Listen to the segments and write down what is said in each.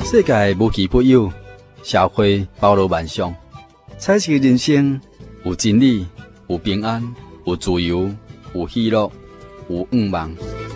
世界无奇不有，社会包罗万象。彩色人生有真理，有平安，有自由，有喜乐，有愿望。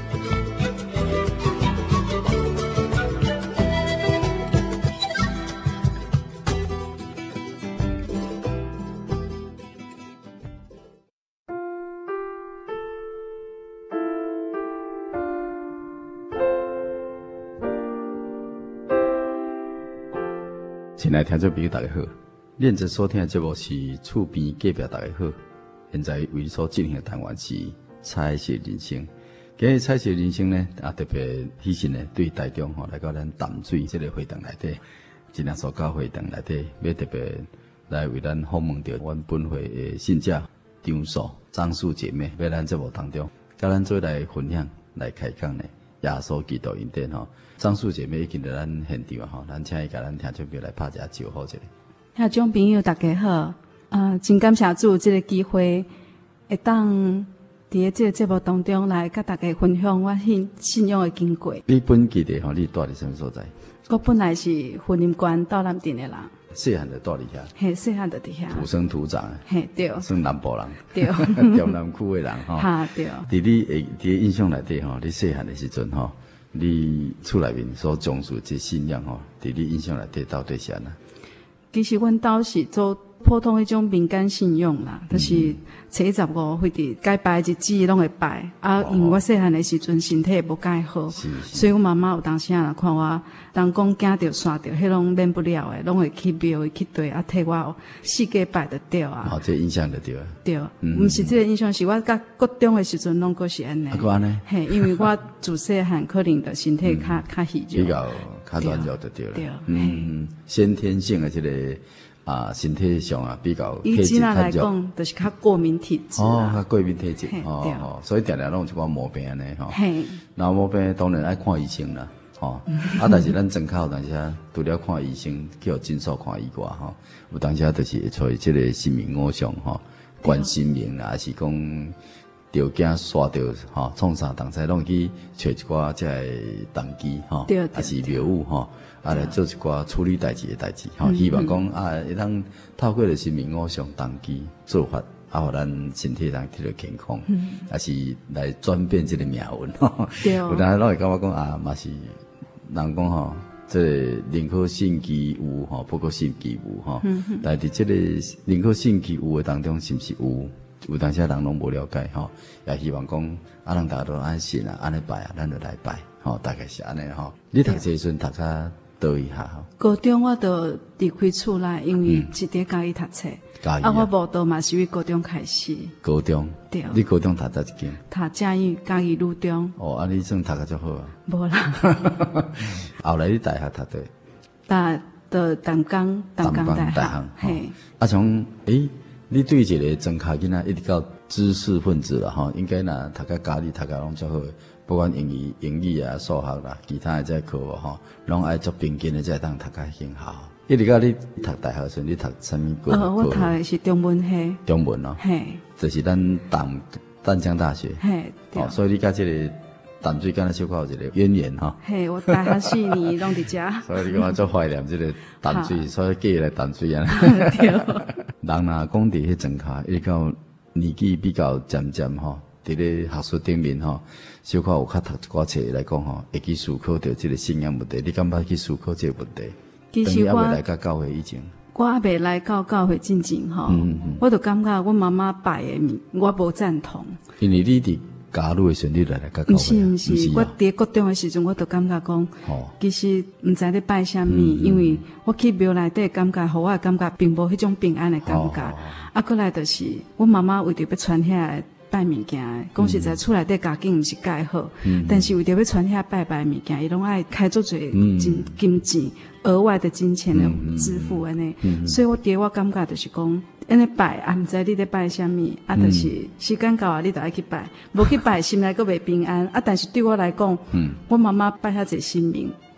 亲爱的听众朋友，大家好！恁在收听的节目是厝边隔壁，大家好。现在为你所进行的单元是彩色人生。今日彩色人生呢，特别喜讯呢，对台中来到咱淡水这个会堂内底，今日所教会堂内底，要特别来为咱访问到阮本会的信者张素、张素姐妹，在咱节目当中，甲咱做来分享、来开讲呢。耶稣基督恩典吼，张素姐妹已经在咱现场吼，咱请伊甲咱听众朋友来拍一下招呼一下。 听众朋友大家好，真感谢主这个机会，会当伫这个节目当中来甲大家分享我信仰的经过。 你本记得吼，你住伫什么所在？ 我本来是云林县道南镇的人， 细汉就住伫遐， 嘿，细汉就伫遐， 土生土长， 嘿，对， 算南部人， 对， 中南区的人吼， 哈，对。 伫你印象内底吼，你细汉的时阵吼，你厝内面所重视这信仰吼，伫你印象内底到底是安怎？ 其实阮兜是做普通迄种民间信仰啦，就是初15或者该拜日子拢会拜。因为我细汉的时阵身体无介好，所以我妈妈有当时啊看我，当讲惊着煞着，迄拢免不了的，拢会去庙去对替我四界拜就对啊。 这印象就对。 对，毋是这个印象，是我甲国中的时阵拢阁是安尼。 安尼？ 嘿，因为我自细汉可能的身体较虚弱， 比较软弱就对了。 对， 先天性的这个。身体上比较体质来讲，就是较过敏体质较过敏体质所以常常拢有一寡毛病安尼吼。然后毛病当然爱看医生啦，但是咱真靠有当时除了看医生，叫诊所看以外有当时就是会找这个心理偶像关心命啦，还是讲条件刷掉创啥，当时拢去找一寡这动机还是庙宇来做一寡处理代志的代志希望讲会当透过着心灵偶像动机做法，互咱身体上得到健康，还是来转变这个命运有当时拢会感觉讲嘛是人讲这宁可信其有不可信其无但是这个宁可信其有的当中，是不是有当时人拢无了解也希望讲人大家都安信安尼拜咱就来拜大概是安尼你读这时阵读较倒一下高中我就离开厝内，因为是伫嘉义读册，我无倒嘛是为高中开始。 高中，对，你高中读哪一间？ 读嘉义女中。 你算读较足好啊？ 无啦。 后来你大学读的？读淡江大学。嘿。 从你对一个真卡囡仔一直到知识分子啦应该若读到家里读到拢足好。不管英语啊、数学啦，其他的这科目拢爱做平均的，才当读较很好。一直到你读大学时，你读什么科？ 我读的是中文系。 中文嘿，就是咱淡江大学。 嘿， 所以你甲这个淡水敢若小可有一个渊源嘿，我大学4年拢伫遮。 所以你讲做怀念这个淡水，所以寄来淡水啊。 对。 人若讲伫迄阵卡，一直到年纪比较渐渐伫咧学术顶面小可有较读一寡册来讲会去思考到这个信仰问题。你敢捌去思考这个问题？ 其实我未来到教会以前， 我还未来到教会进前我就感觉我妈妈拜的我无赞同。 因为你伫加入的时候，你来到教会， 不是，我伫国中的时阵，我就感觉讲，其实毋知咧拜啥物，因为我去庙内底感觉，互我的感觉并无迄种平安的感觉。过来就是我妈妈为着要传遐拜物件，讲实在，厝内底家境毋是介好，但是为着要传遐拜物件，伊拢爱开足侪金钱，额外的金钱的支付安尼。所以我感觉就是讲，安尼拜毋知你咧拜啥物，就是时间到你就爱去拜，无去拜心内阁袂平安。但是对我来讲，我妈妈拜遐侪神明，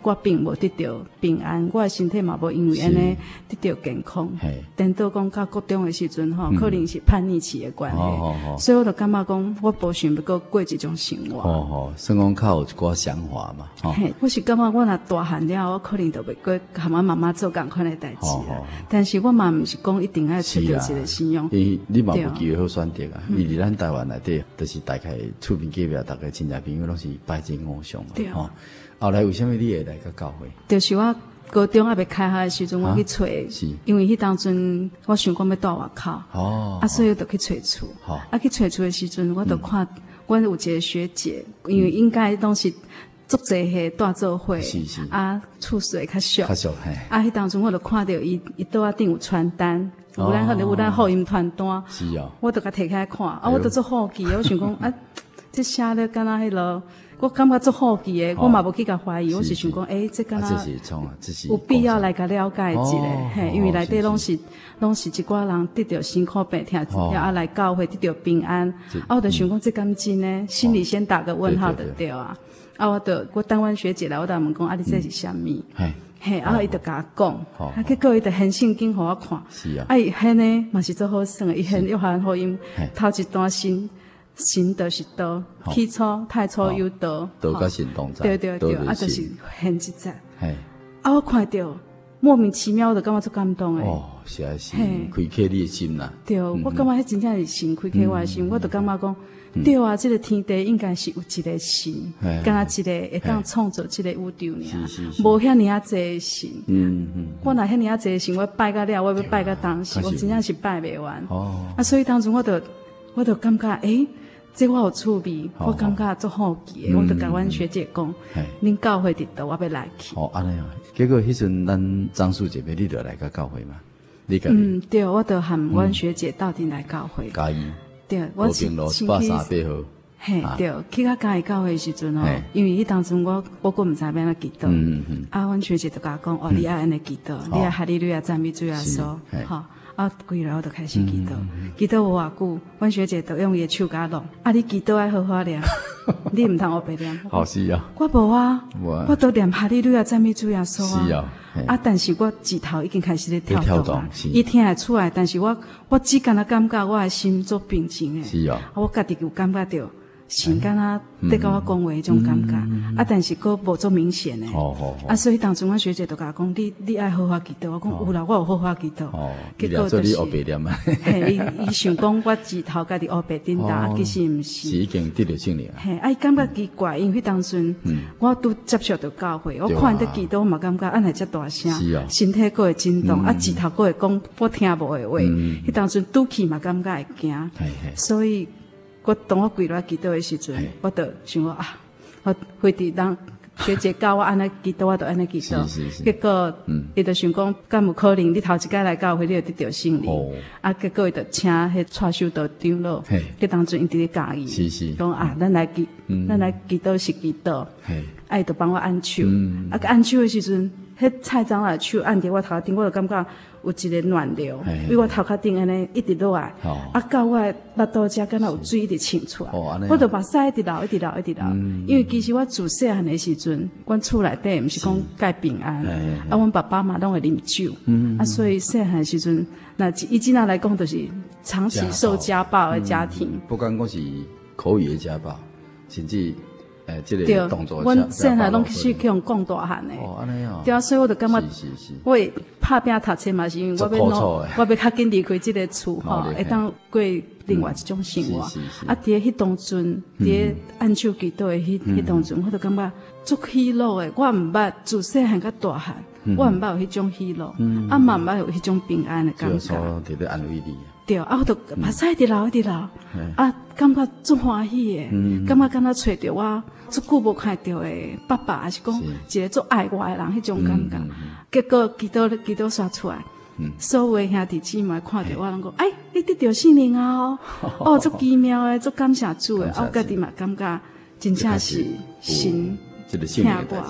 我并无得到平安，我的身体嘛无因为安尼得到健康。等到讲到国中的时阵吼，可能是叛逆期的关系，所以我就感觉讲，我无想要过这种生活。 算讲较有一寡想法嘛。 我是感觉我若大汉了，我可能就袂过和我妈妈做共款的代志啦。但是我嘛毋是讲一定要找到一个信用。 你嘛无机会好选择啊，因为咱台湾内底，就是大概厝边隔壁大概亲戚朋友拢是拜这偶像嘛。后来为什么你会来个教会？ 就是我高中还未开学的时阵，我去找，因为迄当阵我想讲要住外口，所以我就去找厝。去找厝的时阵，我就看，我有一个学姐，因为应该拢是足侪个大做伙，厝水较俗，迄当阵我就看到伊桌仔顶有传单，有咱福音传单，我就甲摕起来看，我就做好奇，我想讲这写了敢若迄落。我感觉足好奇的，我嘛无去甲怀疑，我是想讲，这敢若有必要来甲了解一下，因为内底拢是一寡人得到辛苦病痛，要来教会得到平安，我就想讲这敢真呢，心里先打个问号就对啊。我当阮学姐来，我就问讲，你这是啥物？伊就甲我讲，结果伊就很圣经互我看，伊迄呢嘛是做好耍的，伊很约翰福音头一段神就是道，起初太初有道， 道甲神同在， 对，就是很一节。我看到莫名其妙，我就感觉足感动诶。 是开启你的心啦。 对，我感觉迄真正是神开启我的心，我就感觉讲，对啊，这个天地应该是有一个神，敢若一个会当创造这个宇宙尔，无遐尔啊济神。我若遐尔啊济神，我拜到了，我要拜到当时，我真正是拜袂完。所以当时我就感觉这我有趣味，我感觉足好奇的，我就甲阮学姐讲，恁教会伫倒，我要来去。 安尼结果迄阵咱张淑姐妹你就来个教会嘛？你对，我就和阮学姐到底来教会。 嘉义。 对，我是 138号。 对，去到嘉义教会的时阵因为迄当阵我佫毋知要安怎祈祷，阮学姐就甲我讲，你爱安尼祈祷，你爱哈利路亚赞美主耶稣，几日我就开始祈祷，祈祷无偌久，阮学姐就用伊的手甲弄，你祈祷爱好好念，你毋通黑白念。 好是啊， 我无啊，我都念哈利路亚赞美主耶稣是啊， 但是我指头已经开始咧跳动，伊听会出来，但是我只感觉我的心做平静诶， 是啊， 我家己有感觉到。心敢若在甲我讲话迄种感觉，但是佫无做明显诶。所以当初我学姐就甲我讲，你爱好好祈祷，我讲有啦，我有好好祈祷。 结果就是， 伊想讲我指头家己黑白颠倒，其实毋是。 是已经得到圣灵啊。 感觉奇怪，因为当阵我拄接触到教会，我看得祈祷，我嘛感觉按来遮大声，身体佫会震动，指头佫会讲我听无诶话。迄当阵拄去嘛感觉会惊，所以。当我跪落祈祷的时阵，我就想讲我回伫人学姐教我安尼祈祷，我就安尼祈祷。结果，伊就想讲，敢有可能你头一届来教会，你就得到圣灵。结果伊就请迄蔡修道长老，迄当阵伊伫咧教伊，讲咱来祈祷是祈祷，伊就帮我按手。按手的时阵，迄蔡长老手按伫我头顶，我就感觉。有一个暖流，因为我头壳顶安尼一直落来，到我腹肚遮敢若有水一直沁出来，我就目屎一直流，因为其实我自细汉的时阵，阮厝内底毋是讲介平安，阮爸爸妈拢会啉酒，所以细汉的时阵，那以今仔来讲，就是长期受家暴的家庭。 不管讲是口语的家暴，甚至。这个动作， 阮细汉拢去用讲大汉诶。 安尼啊。 对啊，所以我就感觉，我拍拼读册嘛，是因为我要较紧离开这个厝吼，会当过另外一种生活。伫迄当阵，伫按手祈祷诶迄当阵，我就感觉足喜乐诶。我毋捌自细汉到大汉，我毋捌有迄种喜乐，嘛毋捌有迄种平安诶感觉。 特别安慰你。 对，我就目屎一直流，感觉足欢喜诶，感觉敢若找着我足久无看到诶爸爸，还是讲一个足爱我诶人，迄种感觉。结果祈祷刷出来，所有兄弟姊妹看到我，拢讲，你得到圣灵啊！足奇妙诶，足感谢主诶，我家己嘛感觉真正是神听我。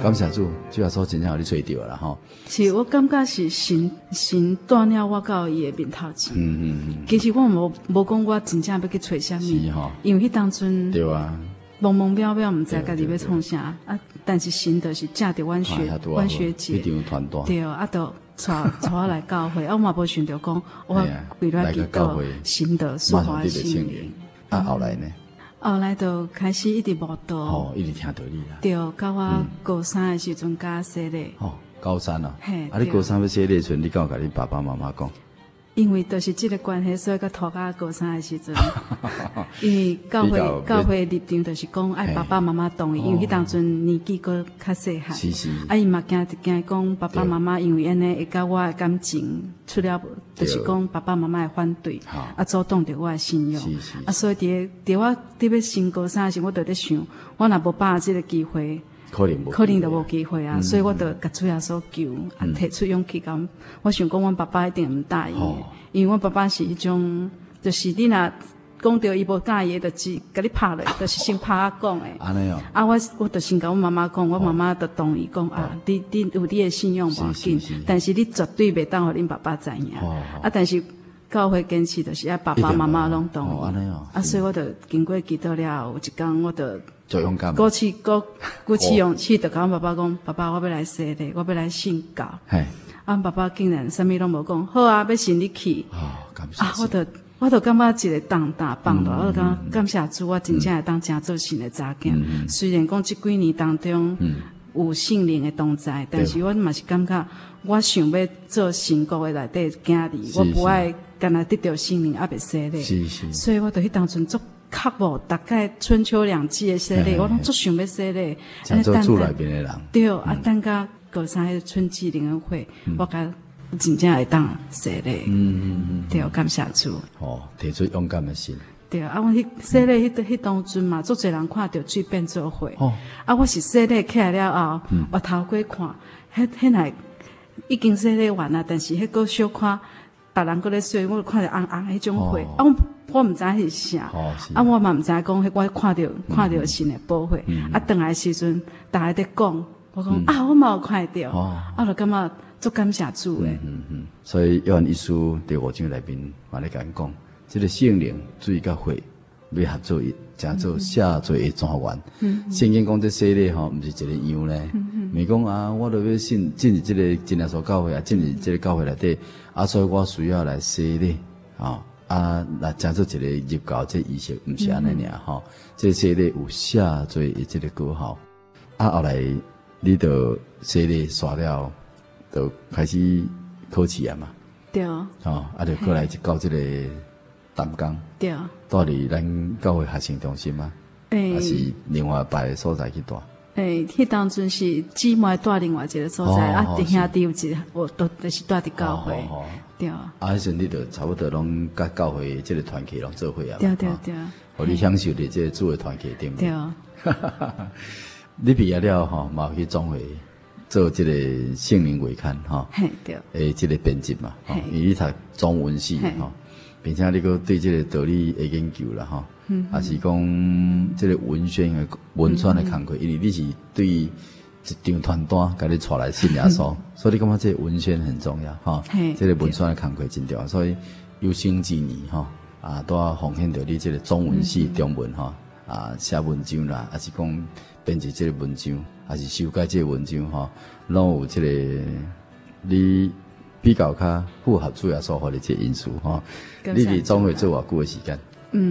感谢主，主要说真正有你找到啦吼。 是我感觉是神带领我到伊的面头前。其实我无讲我真正要去找啥物，因为迄当阵对啊， 懵懵渺渺，毋知家己要创啥啊。但是神就是借着阮学姐， 一场团队， 对啊，就带我来教会，我嘛无想着讲我为了祈祷神的说话的心灵。 啊，后来呢？ 后来就开始一直慕道， 一直听道理啦。 对，到我高三的时阵加洗礼。 高三啊，你高三要洗礼时，你敢有甲你爸爸妈妈讲？ 因为就是这个关系，所以才拖到高三的时阵。因为教会立场就是讲爱爸爸妈妈同意，因为迄当阵年纪搁较细汉。 是。 伊嘛惊讲爸爸妈妈因为安尼会甲我的感情出了，就是讲爸爸妈妈会反对，阻挡着我的信仰。是。所以伫我要升高三时，我就咧想，我若无把握这个机会。可能就无机会啊，所以我就甲主耶稣求，提出勇气讲，我想讲，阮爸爸一定毋答应的，因为阮爸爸是迄种，就是你若讲到伊无介意的，就是甲你拍落，就是先拍我讲的。 安尼哦。 啊，我就先甲阮妈妈讲，我妈妈就同意讲啊，你有你的信仰无要紧，但是你绝对袂当互恁爸爸知影。啊，但是教会坚持就是要爸爸妈妈拢同意。安尼哦。啊，所以我就经過祈禱了，有一天我就。 就勇敢， 鼓起勇氣，就甲阮爸爸講：爸爸，我要來洗禮，我要來信教。阮爸爸竟然啥物拢無講，好啊，要信你去。 感謝。 我就感覺一個大棒了，我就感謝主，我真正會當真做神的查囝。雖然講這幾年當中有聖靈的同在，但是我嘛是感覺我想要做神國的內底囝兒，我不愛干那得到聖靈也袂洗禮。所以我就迄當陣做。較無大概春秋兩季的洗禮，我攏足想要洗禮。 想做厝內邊的人。 對，等甲高三迄春季聯歡會，我甲真正會當洗禮。對，感謝主。 提出勇敢的心。 對，我迄洗禮迄當陣嘛，足儕人看到水變做火。我是洗禮起來了後，我頭過看，迄來已經洗禮完啦，但是迄個小看別人擱咧洗，我看着紅紅迄種火，我毋知是啥，我嘛毋知講，我看到神的保護，轉來時陣，大家在講，我講我嘛有看到，我就感覺足感謝主誒。 所以約翰一書第5章內面，我咧甲講，這個聖靈水甲火要合作，成做下做的泉源。聖經講這洗禮毋是一個樣咧，咪講我著要進入這個真耶穌教會進入這個教會內底，所以我需要來洗禮來成做一個入教這儀式，毋是安尼爾這洗禮有下做的這個果效。後來你著洗禮刷了，就開始考試啊嘛。 對。 就過來到這個淡江。對。住佇咱教會學生中心嗎？還是另外別個所在去住？ 迄當陣是姊妹住另外一個所在，弟兄弟有一個，就是住佇教會。對。迄陣你就差不多攏甲教會這個團契攏做伙啊。 對。 互你享受佇這個主的團契頂面。 對。 你畢業了嘛有去總會做這個聖靈月刊對。這個編輯嘛，因為你讀中文系並且你擱對這個道理的研究啦也是講這個文宣的文傳的工作，因為你是對一張傳單甲你帶來信耶穌，所以你感覺這個文宣很重要這個文宣的工作真重要，所以有生之年都要奉獻到你這個中文系中文寫文章啦，還是講編輯這個文章，還是修改這個文章攏有這個你比較較符合主耶穌話的這個因素你哋總會做偌久的時間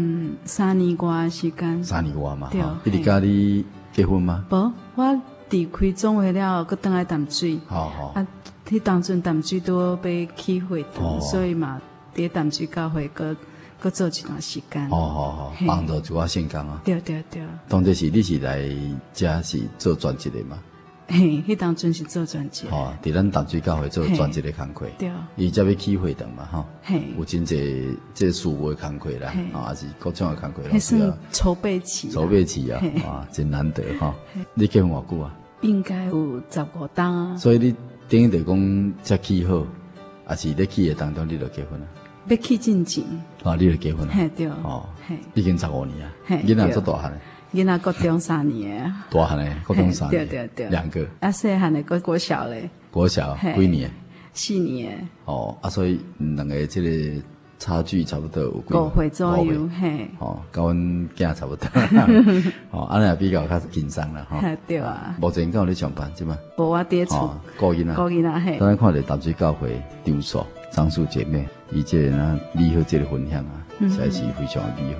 ？3年外的時間。 3年外嘛，你家你結婚嗎？ 無，我離開總會了，擱倒來淡水。迄當陣淡水都被起會的，所以嘛，佇淡水教會擱做一段時間。 幫助主要聖工啊。 對。 當這是你是來這是做專輯的嘛？ 迄當陣是做專輯。 佇咱淡水教會做專輯的工課。 對。 伊才要起會堂嘛，有真濟這事務的工課啦，還是各種的工課。 迄算籌備期啊，真難得你結婚偌久啊？ 應該有15當啊。 所以你等於就講才起好，還是咧起的當中你就結婚啊？ 要起進前。 你就結婚啊？ 對。 已經15年啊，囡仔足大漢。 囡仔国中3年啊， 大汉的国中3年， 对 2个， 啊，细汉的国小嘞， 国小几年 ？4年。 哦，啊，所以2个这个差距差不多有 5岁左右，嘿， 哦，跟阮囝差不多，哦，安尼比较较紧张啦，哈， 对啊。 目前有咧上班是吗？ 无我伫厝， 顾囡仔， 嘿。 当然看到淡水教会场所张树姐妹，伊这呢美好这个分享啊，实在是非常的美好。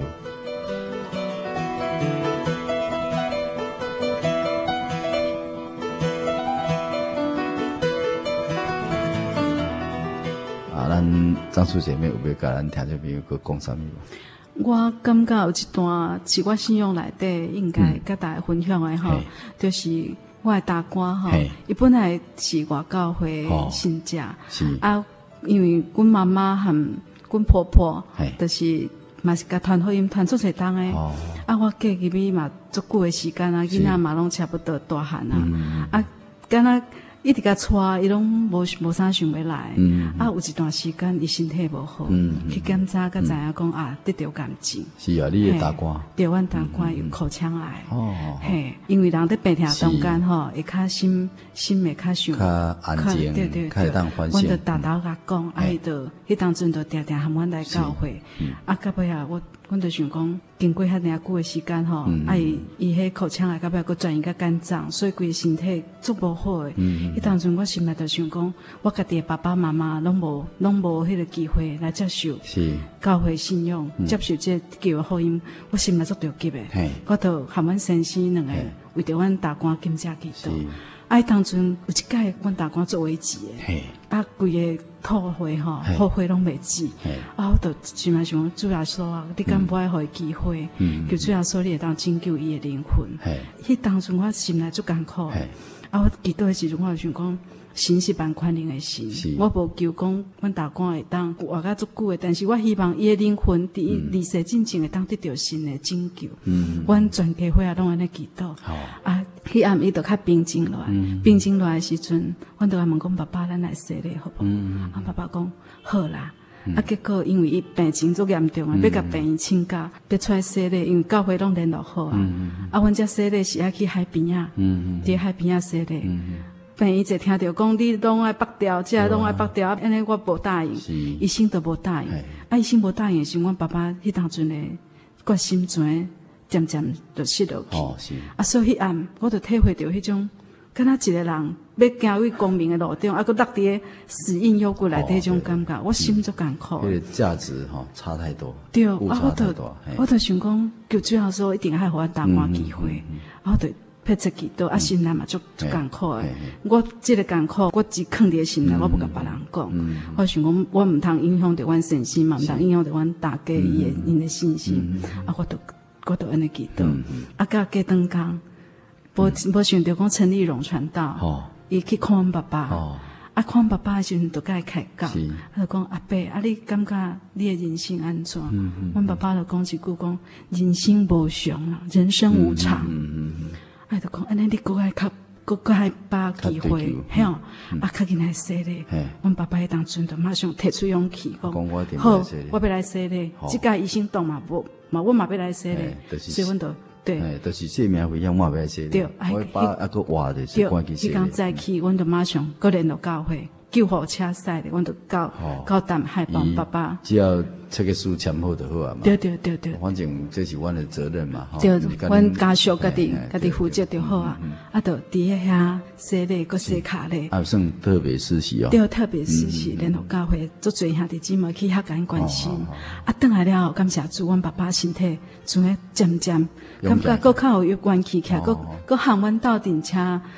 咱张树姐妹有要甲咱听众朋友去讲啥物无？ 我感觉有一段是我信仰内底应该甲大家分享的吼，就是我的大官吼，伊本来是外教会信者，啊，因为阮妈妈和阮婆婆，就是嘛是甲传福音传出侪当诶，啊，我嫁入去嘛足久诶时间啊，囡仔嘛拢差不多大汉啊，啊，敢若一直甲带，伊拢无啥想要来。啊，有一段时间伊身体无好，去检查，才知影讲啊，得着癌症。 是啊，你的大官。 对，阮大官有口腔癌。哦。嘿，因为人伫病痛中间吼，会较心会较想。 较安静。 对。 较会当反省。 阮就大甲讲，啊，伊就迄当阵就常和阮来教会。啊，到尾啊，阮就想讲，经过遐尔久的时间吼，啊伊迄口腔癌到尾佫转移到肝脏，所以规个身体足无好诶。迄当阵我心内就想讲，我家己的爸爸妈妈拢无迄个机会来接受教会信仰，接受这救的福音，我心内足着急诶。我就和阮先生2个为着阮大官金家祈祷。啊，当阵有一届阮大官做危机诶，啊，规个吐血吼，后悔拢袂止。啊，我就心内想，主耶稣啊，你敢不爱互伊机会？求主耶稣，你会当拯救伊的灵魂。迄当阵我心内足艰苦。啊，我祈祷的时阵，我就想讲，神是万宽容的神，我无求讲阮大官会当活甲足久的，但是我希望伊的灵魂伫伊离世真正会当得到神的拯救。阮全家伙仔拢安尼祈祷。啊，迄暗伊就较平静落来，平静落来的时阵，阮就问讲爸爸，咱来洗礼好无？啊，爸爸讲好啦。啊，结果因为伊病情足严重啊，要甲病院请假，要出来洗礼，因为教会拢联络好啊。啊，阮遮洗礼是爱去海边啊，伫海边啊洗礼。病院就听着讲你拢爱拔掉，这拢爱拔掉，安尼我无答应，医生都无答应。啊，医生无答应的时候，阮爸爸迄当阵诶决心全渐渐就失落去。啊，所以迄暗我就体会到迄种。敢若一个人要行入光明的路中，啊，佮落伫个死荫幽谷内底迄种感觉，我心足艰苦。 迄个价值差太多。 对，啊，我就想讲，求主要说一定爱互阮大官机会，啊，我就迫切祈祷，啊，心内嘛足艰苦诶。我即个艰苦，我只囥伫心内，我无甲别人讲。我想讲，我毋通影响着阮信心嘛，毋通影响着阮大家因的信心。啊，我就安尼祈祷，啊，甲过当工。无想到讲陈立荣传道，伊去看阮爸爸，啊，看阮爸爸的时阵就甲伊开讲，他就讲阿伯，啊，你感觉你的人生安怎？阮爸爸就讲一句讲，人生无常啊，人生无常。啊，就讲安尼，你搁爱把机会，嘿哦，啊，较紧来洗礼。阮爸爸迄当阵就马上提出勇气，讲好，我要来洗礼。即届医生当嘛无，我嘛要来洗礼，所以阮就。对， 就是生命危险，我袂说。 对， 我把那个活的是关起。 迄天早起，阮就马上个联络教会，救护车驶的，阮就到淡海帮爸爸。 只要这个书签好就好啊嘛。 对。 反正这是阮的责任嘛。 对，阮家属家己负责就好啊。啊，就伫遐洗礼，搁洗卡咧。 啊，算特别实习哦。 对，特别实习，联络教会做侪兄弟姊妹去甲因关心。啊，转来了后，感谢主，阮爸爸身体从诶渐渐。感觉搁较有关系起来，搁喊阮斗阵车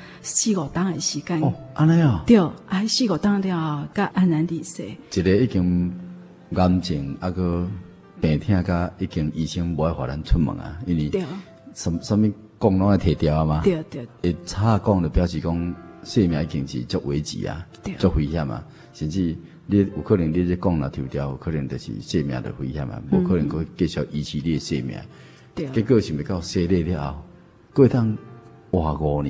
4-5天的时间。 安尼啊？ 对，啊，4-5天了后，甲安然离世。 一个已经癌症，啊个病痛，甲已经医生无爱互咱出门啊，因为什么讲拢爱摕掉啊嘛。 对。 会差讲就表示讲生命已经是足危急啊，足危险啊，甚至你有可能你咧讲若抽掉，有可能就是生命的危险啊，无可能搁继续维持你的生命。结果是咪到洗礼了后，过当活5年？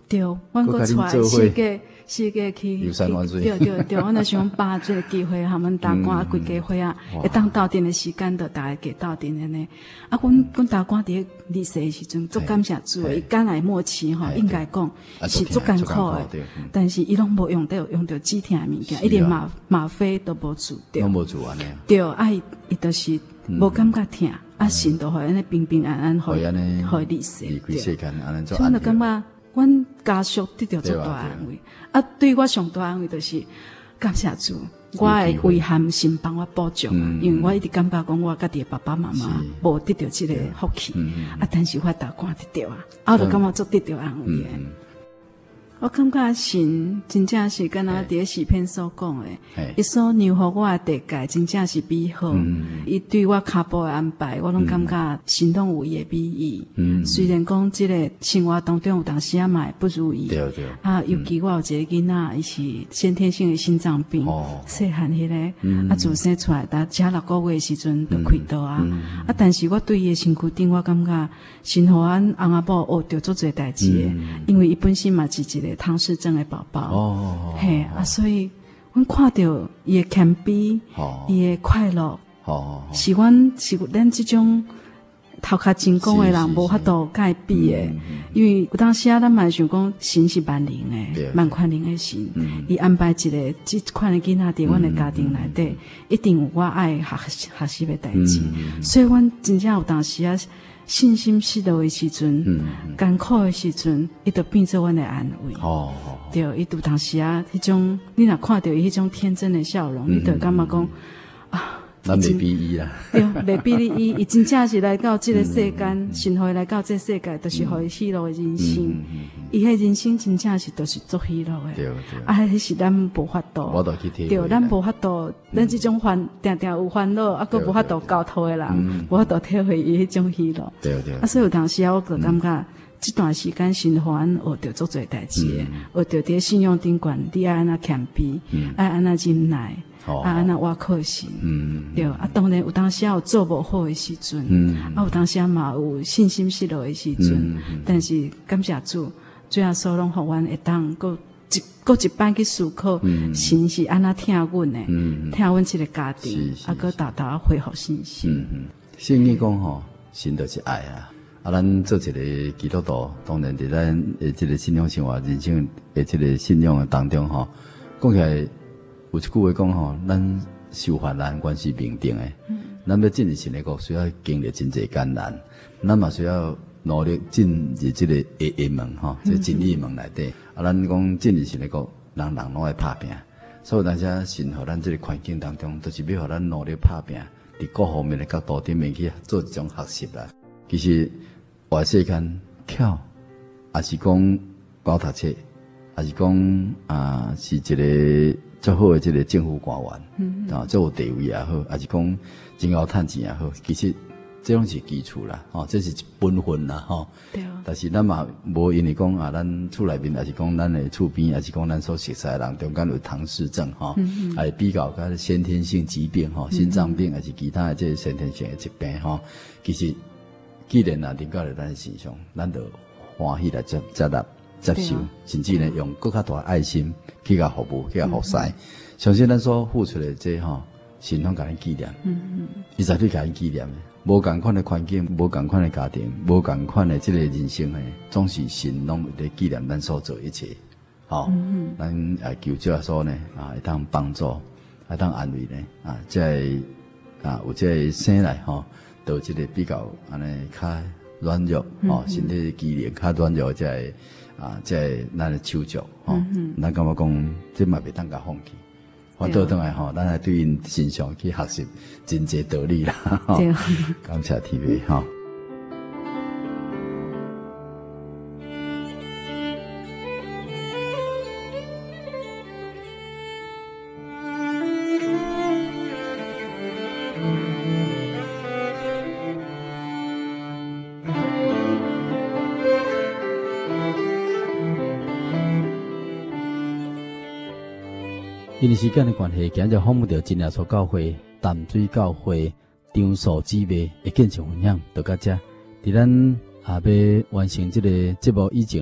对，阮佫出来世界去游山玩水。 对，阮就想把这个机会，他们大官规家伙啊，会当斗阵的时间，就大家给斗阵的呢。啊，阮大官伫离世的时阵，足感谢主的，伊敢来默契吼，应该讲是足艰苦的，但是伊拢无用到止痛的物件，一点吗啡都无做到。 拢无做安尼。 对，啊，伊就是无感觉痛，啊，心都互安尼平平安安，互伊离世。 离开世间安尼做。 所以就感觉。阮家属得到足大安慰，啊，对我上大安慰就是感谢主，我的遗憾神帮我补足，因为我一直感觉讲我家己的爸爸妈妈无得到这个福气，啊，但是我大官得到啊，我就感觉足得到安慰的。我感觉神真正是敢若伫诗篇所讲的，伊所留予我的地界真正是美好。伊对我脚步的安排，我拢感觉心拢有伊的美意。虽然讲即个生活当中有当时嘛会不如意，啊，尤其我有一个囡仔，伊是先天性的心脏病，细汉迄个，啊，自生出来，但只6个月的时阵就开刀啊。啊，但是我对伊的身躯顶，我感觉神互阮翁仔某学着足侪代志的，因为伊本身嘛是一个唐氏症的宝宝，嘿啊，所以阮看到伊的谦卑，伊的快乐，是咱这种头壳真讲的人无法度改比的，因为有当时啊，咱嘛想讲神是万能的，万宽能的神，伊安排一个这款的囡仔伫阮的家庭内底，一定有我爱学习的代志，所以阮真正有当时啊。信心失落的时阵，艰苦的时阵，伊就变做阮的安慰。对，伊有当时啊，迄种你若看到伊迄种天真的笑容，你就感觉讲啊， 咱袂比伊啦。 对，袂比你伊真正是来到这个世间，神互伊来到这个世界，就是互伊喜乐的人生。伊迄人生真正是都是足喜乐的。对。啊，迄是咱无法度。 我都去体会。 对，咱无法度，咱这种定有烦恼，啊，佮无法度交托的人，无法度体会伊迄种喜乐。对。啊，所以有当时啊，我就感觉这段时间神互阮学着足侪代志的，学着伫信仰顶悬，你爱安那谦卑，爱安那忍耐。安那我靠神，对啊，当然有当时有做无好的时阵，啊，有当时嘛有信心失落的时阵，但是感谢主，最后所拢互阮会当搁一摆去思考，神是安那听阮的，听阮这个家庭，啊，搁大大恢复信心。 圣经讲吼，神就是爱啊。啊，咱做一个基督徒，当然伫咱的这个信仰生活、人生的这个信仰的当中吼，讲起来。有一句话讲吼，咱修法难，关系平定诶。咱要进入神的国，需要经历真侪艰难，咱嘛需要努力进入这个下门吼，这真理门内底。啊，咱讲进入神的国，人拢爱拍拼，所以咱才神互咱这个环境当中，都是要互咱努力拍拼，伫各方面的角度顶面去做一种学习啦。其实外世间巧，也是讲高读册，也是讲是一个。最好的这个政府官员，最有地位也好，还是讲真够趁钱也好，其实这拢是基础啦，这是本分啦，对。但是咱嘛无因为讲咱厝内面，还是讲咱的厝边，还是讲咱所熟悉的人，中间有唐氏症还比较甲先天性疾病心脏病还是其他的这个先天性的疾病其实既然临到了咱的身上，咱就欢喜来接纳。接受，甚至呢用更较大的爱心去甲服务，去甲服侍。相信咱所付出的这神拢甲咱纪念。伊绝对甲咱纪念的。无共款的环境，无共款的家庭，无共款的这个人生的，总是神拢在纪念咱所做一切。咱求主说呢会当帮助，会当安慰呢有这生来到这个比较安尼较软弱身体机能较软弱这咱的手足咱感觉讲这嘛袂当甲放弃，反倒转来咱来对因身上去学习真侪道理啦。感谢天父因为时间的关系，今日访问到真耶稣教会淡水教会张素姊妹的见证分享，就到这。在咱要完成这个节目以前呢，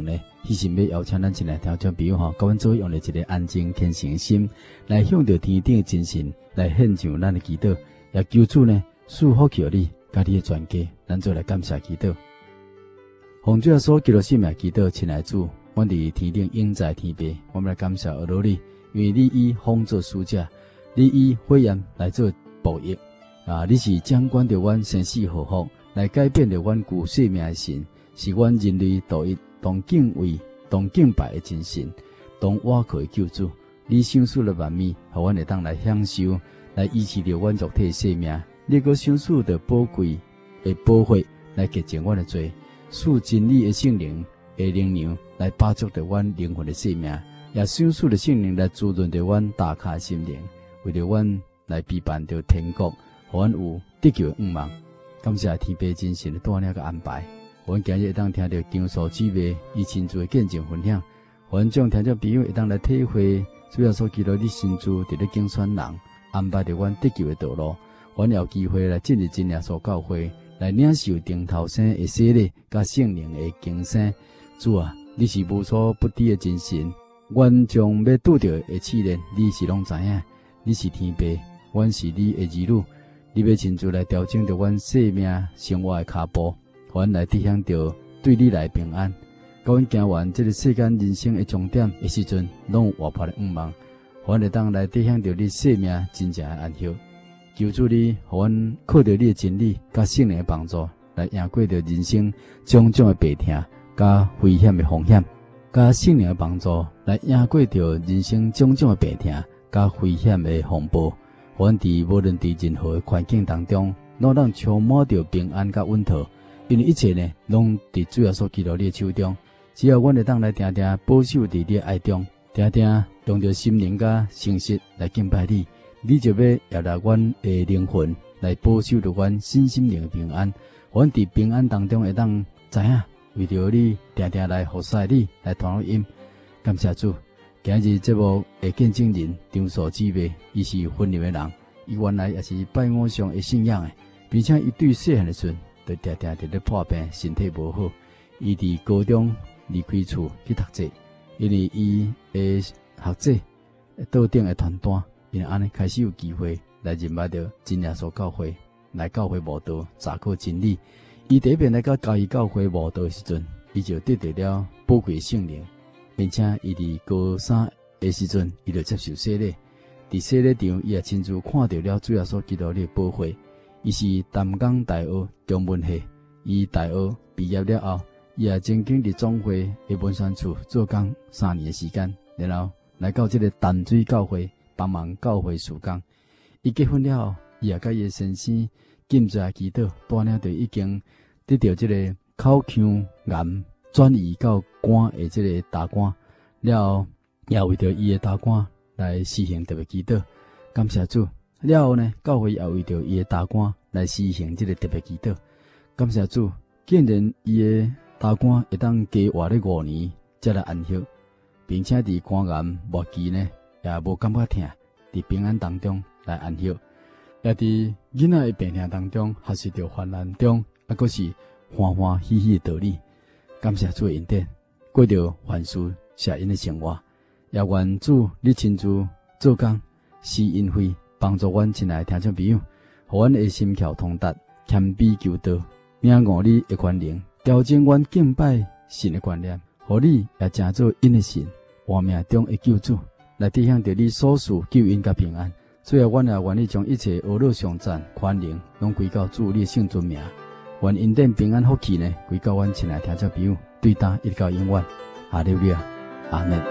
迄时要邀请咱进来听众朋友甲阮做用了一个安静虔诚的心，来向着天顶的真神来献上咱的祈祷，也求主呢赐福给你，甲你的全家，咱做来感谢祈祷。奉主耶稣基督圣名祈祷，亲爱的主，阮伫天顶永在天父，我们来感谢阿罗你，因为你以风做使者，你以火焰来做报役你是掌管着阮生死祸福，来改变着阮旧生命的神，是阮人类独一同敬畏、同敬拜的真神，同倚靠的救主。你享受了万美，互阮会当来享受，来医治着阮肉体的生命。你阁享受着宝贵的保护，来洁净阮的罪，使真理的圣灵的灵粮来把助着阮灵魂的生命，也享受着圣灵来滋润着阮大卡的心灵，为着阮来陪伴着天国，互阮有得救的愿望。感谢天父真神的带领甲安排，阮今日会当听到张所姊妹以亲自的见证分享，阮将听众朋友会当来体会主要所记录你亲自伫咧竞选人安排着阮得救的道路。阮有机会来进入真耶稣教会，来领受顶头生的洗礼，甲圣灵的更生。主啊，你是无所不知的真神，阮将要拄到的试炼，你是拢知影。你是天父，阮是你的儿女。你要亲自来调整着阮生命生活的脚步，阮来体现着对你来平安。甲阮行完这个世间人生的终点的时阵，拢有活泼的愿望。阮会当来体现着你生命真正的安息。求主你，互阮靠着你的真理，甲圣灵的帮助，来赢过着人生种种的白疼，甲危险的风险。甲圣灵的帮助，来赢过着人生种种的白疼，甲危险的风暴。阮伫无论伫任何环境当中，拢让充满着平安甲稳妥，因为一切呢，拢伫主要所记录你的手中。只要阮会当来定定保守伫你的爱中，定定用着心灵甲诚实来敬拜你，你就要摇来阮的灵魂，来保守着阮身心灵的平安。阮伫平安当中会当知影，为着你定定来服侍你，来传福音。感谢主。今日节目的见证人张所姊妹，伊是婚礼的人，伊原来也是拜偶像的信仰的，并且伊对细汉的时阵，就常常伫咧破病，身体无好。伊伫高中离开厝去读册，因为伊的学者桌顶的传单，因为安尼开始有机会来认识到真耶稣教会，来教会悟道，查考真理。伊第一遍来到嘉义教会悟道的时阵，伊就得到了宝贵圣灵。并且伊伫高三的时阵，伊就接受洗礼。伫洗礼场，伊也亲自看到了主要所基督的宝血。伊是淡江大学中文系，伊大学毕业了后，伊也曾经伫总会的文宣处做工3年的时间，然后来到这个淡水教会帮忙教会事工。伊结婚了后，伊也甲伊的先生禁食祈祷，带领着已经得到这个口腔癌。转移到肝的这个大肝，了后也为着伊的大肝来施行特别祈祷，感谢主。了后呢，教会也为着伊的大肝来施行这个特别祈祷，感谢主。竟然伊的大肝会当加活咧5年，才来安息，并且伫肝癌末期呢，也无感觉痛，伫平安当中来安息，也伫囡仔的病痛当中，学习着患难中，阁是欢欢喜喜的道理。感谢主的恩典，过着凡事谢恩的生活，也愿主你亲自做工施恩惠，帮助阮亲爱的听众朋友，互阮的心窍通达，谦卑求道，领悟你的权能，调整阮敬拜神的观念，互你也成做因的神，活命中的救主，来体现着你所赐救恩甲平安。最后，阮也愿意将一切恶乐上赞权能，拢归到主你的圣尊名。愿恩典平安福气呢，归到阮亲爱听众朋友，对答一直到永远。哈利路亚，阿门。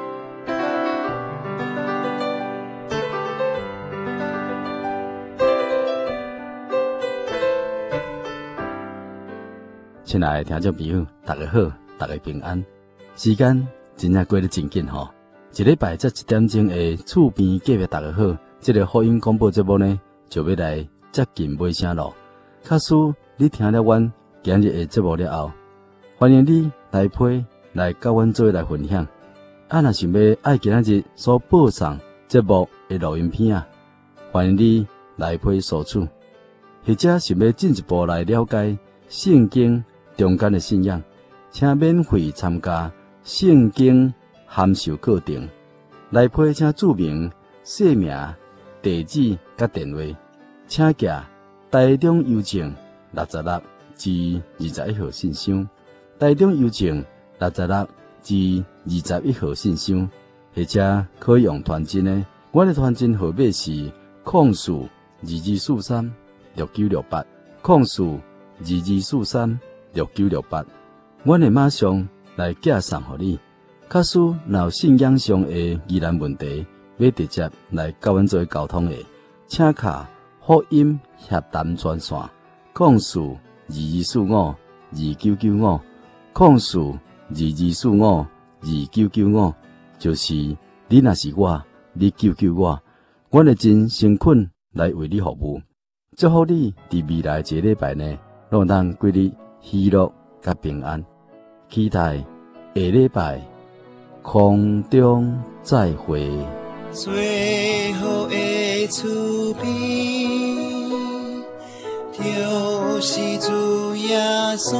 亲爱的听众朋友，大家好，大家平安。时间真正过得真紧吼，一礼拜才1点钟的厝边隔壁大家好，这个福音广播节目呢，就要来接近尾声咯。假使你听了阮今日的节目了后，欢迎你来批来甲阮做来分享。若想要爱今仔日所播送节目的录音片啊，欢迎你来批索取。或者想要进一步来了解圣经中间的信仰，请免费参加圣经函授课程，来批请注明姓名、地址甲电话，请寄台中邮政66至21号信箱，台中邮政66至21号信箱，或者可以用传真的，我的传真号码是0422436968 0422436968，我会马上来寄送给你。假使若有信仰上的疑难问题，要直接来甲阮做沟通的，请卡福音协谈专线04224529950422452995，就是你若是我，你救救我，我会真诚恳来为你服务。祝福你伫未来一个礼拜内，拢当过日喜乐甲平安。期待下礼拜空中再会。 最后的慈悲，就是主耶稣，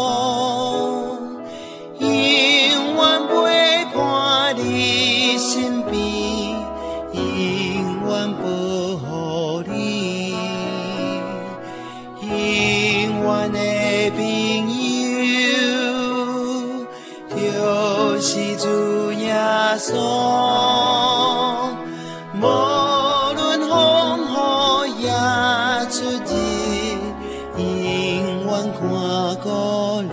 永远陪伴你身边，永远保护你，永远的朋友，就是主耶稣。无论风雨也出日，永远看顾你。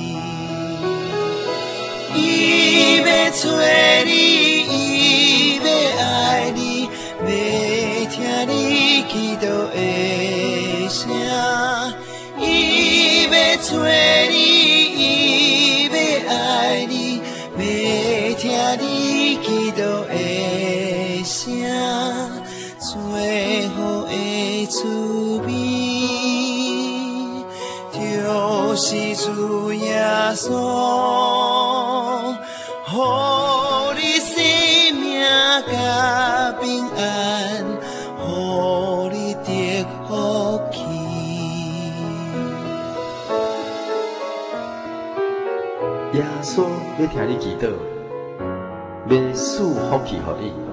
伊要找你，伊要爱你，要听你祈祷的声。伊要找你，伊要爱你，要听你祈祷的声。最后的慈悲，就是主耶稣，予你生命甲平安，予你得福气。 耶稣要听你祈祷，要赐福气予你。